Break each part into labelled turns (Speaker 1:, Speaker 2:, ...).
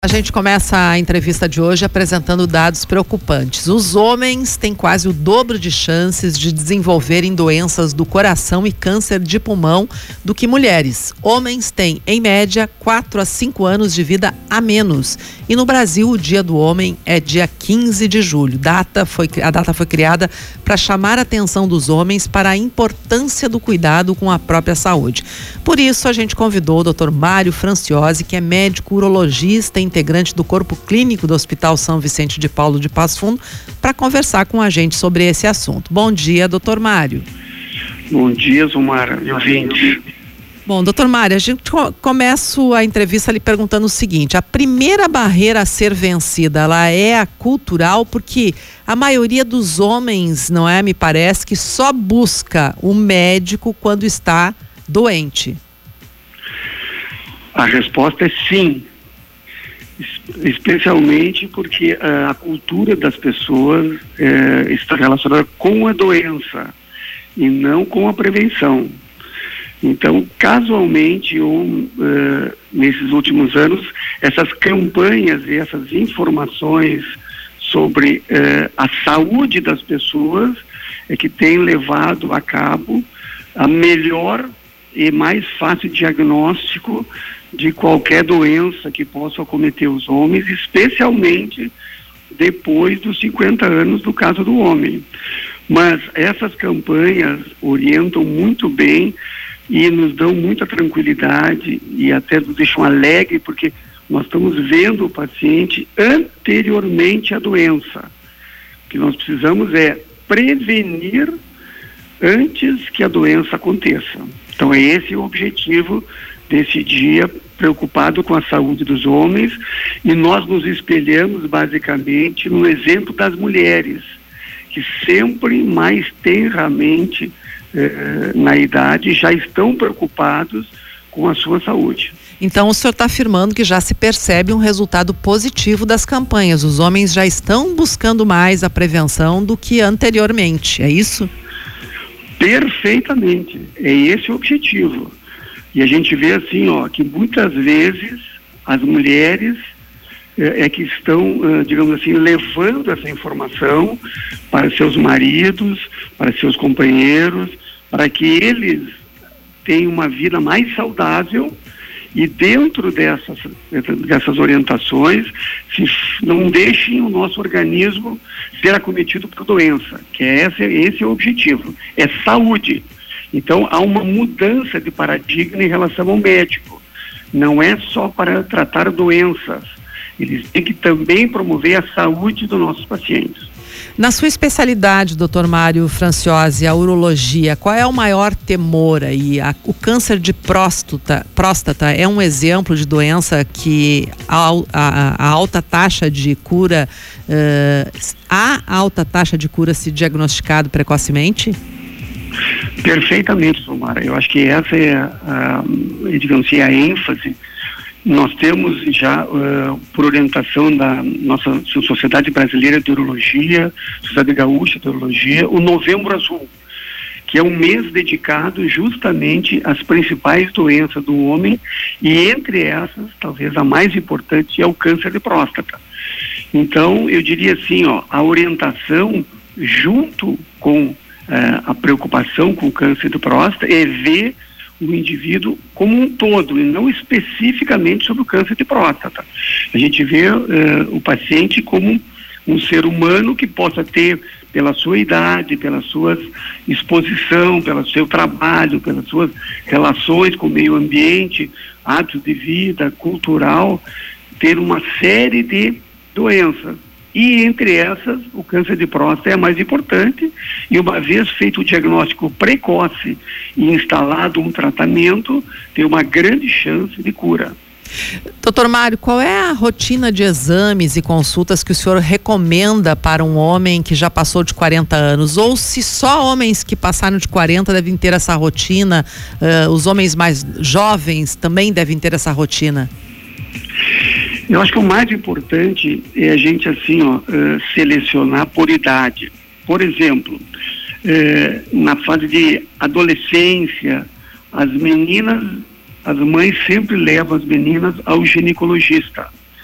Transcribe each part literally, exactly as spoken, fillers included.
Speaker 1: A gente começa a entrevista de hoje apresentando dados preocupantes. Os homens têm quase o dobro de chances de desenvolverem doenças do coração e câncer de pulmão do que mulheres. Homens têm, em média, quatro a cinco anos de vida a menos. E no Brasil, o Dia do Homem é dia quinze de julho. Data foi, a data foi criada para chamar a atenção dos homens para a importância do cuidado com a própria saúde. Por isso, a gente convidou o doutor Mário Franciosi, que é médico urologista e integrante do corpo clínico do Hospital São Vicente de Paulo de Passo Fundo, para conversar com a gente sobre esse assunto. Bom dia, doutor Mário.
Speaker 2: Bom dia, Zumara e ouvintes.
Speaker 1: Bom, doutor Mário, a gente começa a entrevista lhe perguntando o seguinte: a primeira barreira a ser vencida, ela é a cultural, porque a maioria dos homens, não é, me parece, que só busca o médico quando está doente.
Speaker 2: A resposta é sim. Especialmente porque uh, a cultura das pessoas uh, está relacionada com a doença e não com a prevenção. Então, casualmente, um, uh, nesses últimos anos, essas campanhas e essas informações sobre uh, a saúde das pessoas é que tem levado a cabo a melhor e mais fácil diagnóstico de qualquer doença que possa acometer os homens, especialmente depois dos cinquenta anos do caso do homem. Mas essas campanhas orientam muito bem e nos dão muita tranquilidade e até nos deixam alegre, porque nós estamos vendo o paciente anteriormente à doença. O que nós precisamos é prevenir antes que a doença aconteça. Então é esse o objetivo desse dia, preocupado com a saúde dos homens, e nós nos espelhamos basicamente no exemplo das mulheres, que sempre mais tenramente eh, na idade já estão preocupados com a sua saúde.
Speaker 1: Então o senhor está afirmando que já se percebe um resultado positivo das campanhas. Os homens já estão buscando mais a prevenção do que anteriormente, é isso?
Speaker 2: Perfeitamente, é esse o objetivo. E a gente vê assim, ó, que muitas vezes as mulheres é, é que estão, uh, digamos assim, levando essa informação para seus maridos, para seus companheiros, para que eles tenham uma vida mais saudável e dentro dessas, dessas orientações, se não deixem o nosso organismo ser acometido por doença, que é esse, esse é o objetivo, é saúde. Então, há uma mudança de paradigma em relação ao médico. Não é só para tratar doenças. Eles têm que também promover a saúde dos nossos pacientes.
Speaker 1: Na sua especialidade, doutor Mário Franciosi, a urologia, qual é o maior temor aí? A, o câncer de próstata, próstata é um exemplo de doença que a, a, a alta taxa de cura, uh, há alta taxa de cura se diagnosticado precocemente?
Speaker 2: Perfeitamente, Zumara. Eu acho que essa é a, digamos assim, a ênfase. Nós temos já, uh, por orientação da nossa Sociedade Brasileira de Urologia, Sociedade Gaúcha de Urologia, o Novembro Azul, que é um mês dedicado justamente às principais doenças do homem, e entre essas, talvez a mais importante é o câncer de próstata. Então, eu diria assim, ó, a orientação junto com Uh, a preocupação com o câncer de próstata é ver o indivíduo como um todo e não especificamente sobre o câncer de próstata. A gente vê uh, o paciente como um ser humano que possa ter, pela sua idade, pela sua exposição, pelo seu trabalho, pelas suas relações com o meio ambiente, hábitos de vida, cultural, ter uma série de doenças. E entre essas, o câncer de próstata é a mais importante, e uma vez feito o diagnóstico precoce e instalado um tratamento, tem uma grande chance de cura.
Speaker 1: Doutor Mário, qual é a rotina de exames e consultas que o senhor recomenda para um homem que já passou de quarenta anos? Ou se só homens que passaram de quarenta devem ter essa rotina, uh, os homens mais jovens também devem ter essa rotina?
Speaker 2: Eu acho que o mais importante é a gente, assim, ó, uh, selecionar por idade. Por exemplo, uh, na fase de adolescência, as meninas as mães sempre levam as meninas ao ginecologista.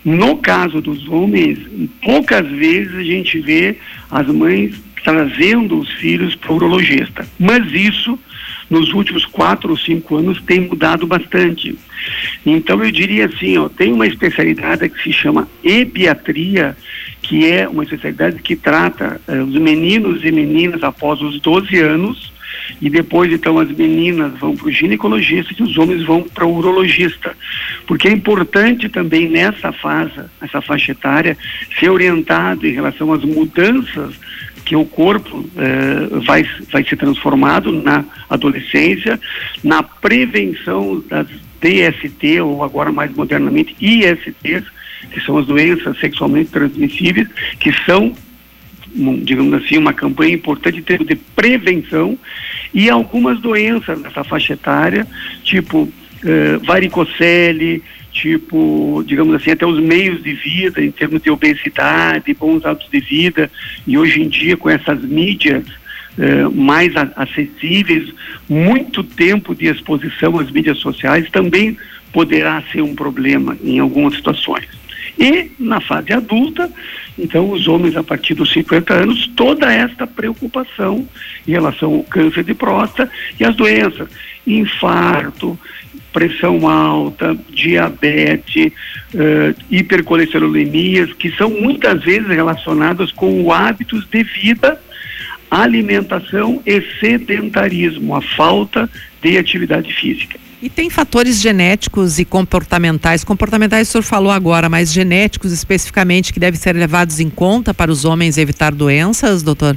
Speaker 2: No caso dos homens, poucas vezes a gente vê as mães trazendo os filhos para o urologista, mas isso nos últimos quatro ou cinco anos tem mudado bastante. Então eu diria assim, ó, tem uma especialidade que se chama ebiatria, que é uma especialidade que trata eh, os meninos e meninas após os doze anos, e depois então as meninas vão para o ginecologista e os homens vão para o urologista, porque é importante também nessa fase, essa faixa etária, ser orientado em relação às mudanças que o corpo eh, vai, vai ser transformado na adolescência, na prevenção das D S T, ou agora mais modernamente I S Ts, que são as doenças sexualmente transmissíveis, que são, digamos assim, uma campanha importante em termos de prevenção, e algumas doenças nessa faixa etária, tipo eh, varicocele, tipo, digamos assim, até os meios de vida, em termos de obesidade, bons hábitos de vida, e hoje em dia com essas mídias eh, mais a, acessíveis, muito tempo de exposição às mídias sociais também poderá ser um problema em algumas situações. E na fase adulta, então os homens a partir dos cinquenta anos, toda esta preocupação em relação ao câncer de próstata e as doenças, infarto, pressão alta, diabetes, uh, hipercolesterolemias, que são muitas vezes relacionadas com o hábitos de vida, alimentação e sedentarismo, a falta de atividade física.
Speaker 1: E tem fatores genéticos e comportamentais, comportamentais o senhor falou agora, mas genéticos especificamente que devem ser levados em conta para os homens evitar doenças, doutor?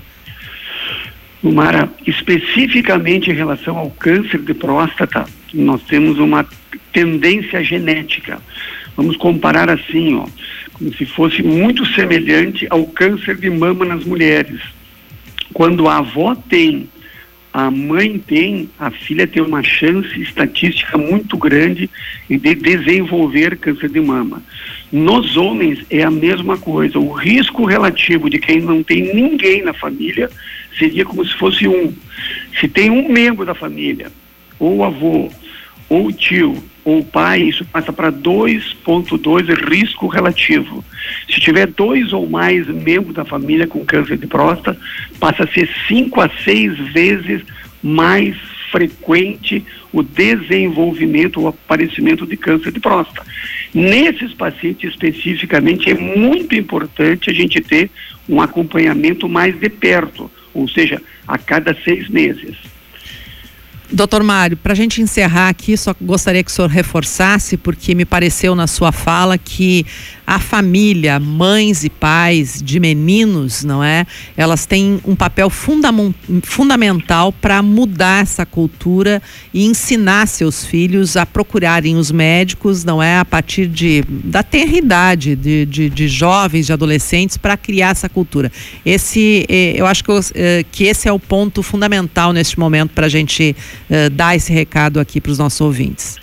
Speaker 2: Mara, especificamente em relação ao câncer de próstata, nós temos uma tendência genética. Vamos comparar assim, ó, como se fosse muito semelhante ao câncer de mama nas mulheres. Quando a avó tem, a mãe tem, a filha tem uma chance estatística muito grande de desenvolver câncer de mama. Nos homens é a mesma coisa. O risco relativo de quem não tem ninguém na família seria como se fosse um. Se tem um membro da família, ou o avô, ou o tio, ou o pai, isso passa para dois vírgula dois risco relativo. Se tiver dois ou mais membros da família com câncer de próstata, passa a ser cinco a seis vezes mais frequente o desenvolvimento, o aparecimento de câncer de próstata. Nesses pacientes especificamente é muito importante a gente ter um acompanhamento mais de perto, ou seja, a cada seis meses.
Speaker 1: Doutor Mário, para a gente encerrar aqui, só gostaria que o senhor reforçasse, porque me pareceu na sua fala que a família, mães e pais de meninos, não é? Elas têm um papel fundam- fundamental para mudar essa cultura e ensinar seus filhos a procurarem os médicos, não é? A partir de, da tenra idade, de, de, de jovens, de adolescentes, para criar essa cultura. Esse, eh, eu acho que, eu, eh, que esse é o ponto fundamental neste momento para a gente Uh, dar esse recado aqui para os nossos ouvintes.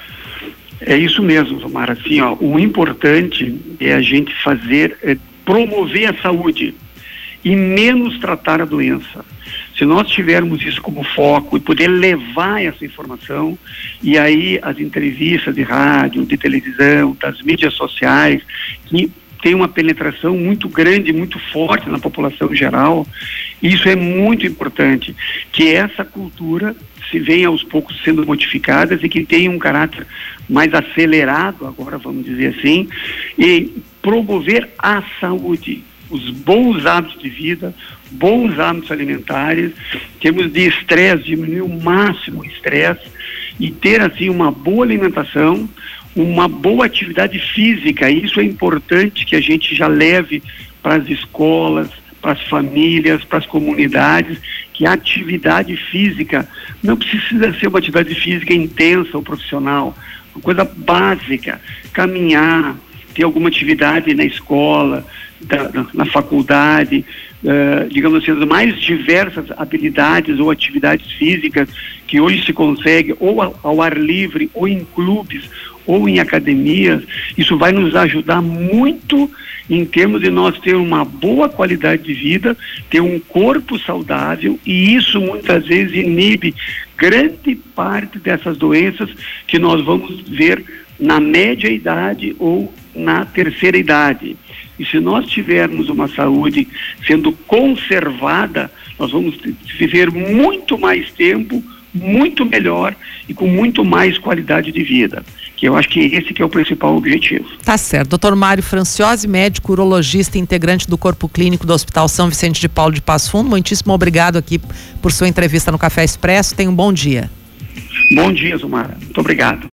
Speaker 2: É isso mesmo, Tomara. Assim, ó, o importante é a gente fazer, é promover a saúde e menos tratar a doença. Se nós tivermos isso como foco e poder levar essa informação, e aí as entrevistas de rádio, de televisão, das mídias sociais, que tem uma penetração muito grande, muito forte na população geral, isso é muito importante, que essa cultura se venha aos poucos sendo modificada e que tenha um caráter mais acelerado, agora vamos dizer assim, e promover a saúde, os bons hábitos de vida, bons hábitos alimentares, temos de estresse, diminuir o máximo o estresse e ter assim uma boa alimentação, uma boa atividade física. Isso é importante que a gente já leve para as escolas, para as famílias, para as comunidades, que a atividade física não precisa ser uma atividade física intensa ou profissional, uma coisa básica, caminhar, ter alguma atividade na escola, da, na, na faculdade, uh, digamos assim, as mais diversas habilidades ou atividades físicas que hoje se consegue ou ao, ao ar livre, ou em clubes, ou em academias. Isso vai nos ajudar muito em termos de nós ter uma boa qualidade de vida, ter um corpo saudável, e isso muitas vezes inibe grande parte dessas doenças que nós vamos ver na média idade ou na terceira idade. E se nós tivermos uma saúde sendo conservada, nós vamos viver muito mais tempo, muito melhor e com muito mais qualidade de vida. Que eu acho que esse que é o principal objetivo.
Speaker 1: Tá certo. doutor Mário Franciose, médico urologista e integrante do Corpo Clínico do Hospital São Vicente de Paulo de Passo Fundo, muitíssimo obrigado aqui por sua entrevista no Café Expresso. Tenha um bom dia.
Speaker 2: Bom dia, Zumara. Muito obrigado.